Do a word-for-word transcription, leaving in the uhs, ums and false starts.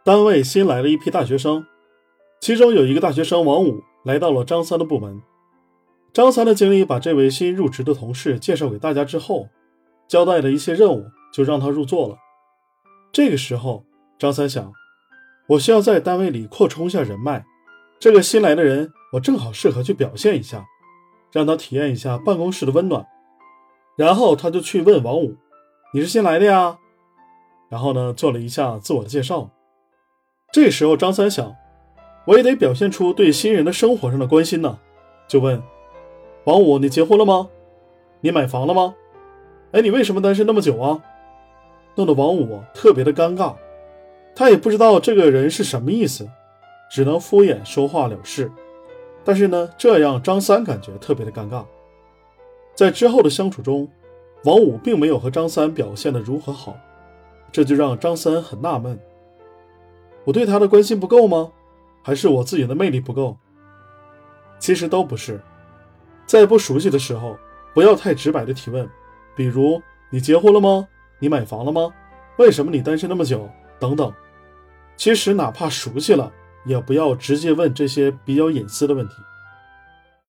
单位新来了一批大学生，其中有一个大学生王五来到了张三的部门。张三的经理把这位新入职的同事介绍给大家之后，交代了一些任务，就让他入座了。这个时候张三想，我需要在单位里扩充一下人脉，这个新来的人我正好适合去表现一下，让他体验一下办公室的温暖。然后他就去问王五，你是新来的呀？然后呢，做了一下自我的介绍。这时候张三想，我也得表现出对新人的生活上的关心呢，就问王五，你结婚了吗？你买房了吗？哎，你为什么单身那么久啊？弄得王五特别的尴尬，他也不知道这个人是什么意思，只能敷衍说话了事。但是呢，这让张三感觉特别的尴尬。在之后的相处中，王五并没有和张三表现得如何好，这就让张三很纳闷，我对他的关心不够吗？还是我自己的魅力不够？其实都不是。在不熟悉的时候，不要太直白的提问，比如你结婚了吗？你买房了吗？为什么你单身那么久？等等。其实哪怕熟悉了，也不要直接问这些比较隐私的问题。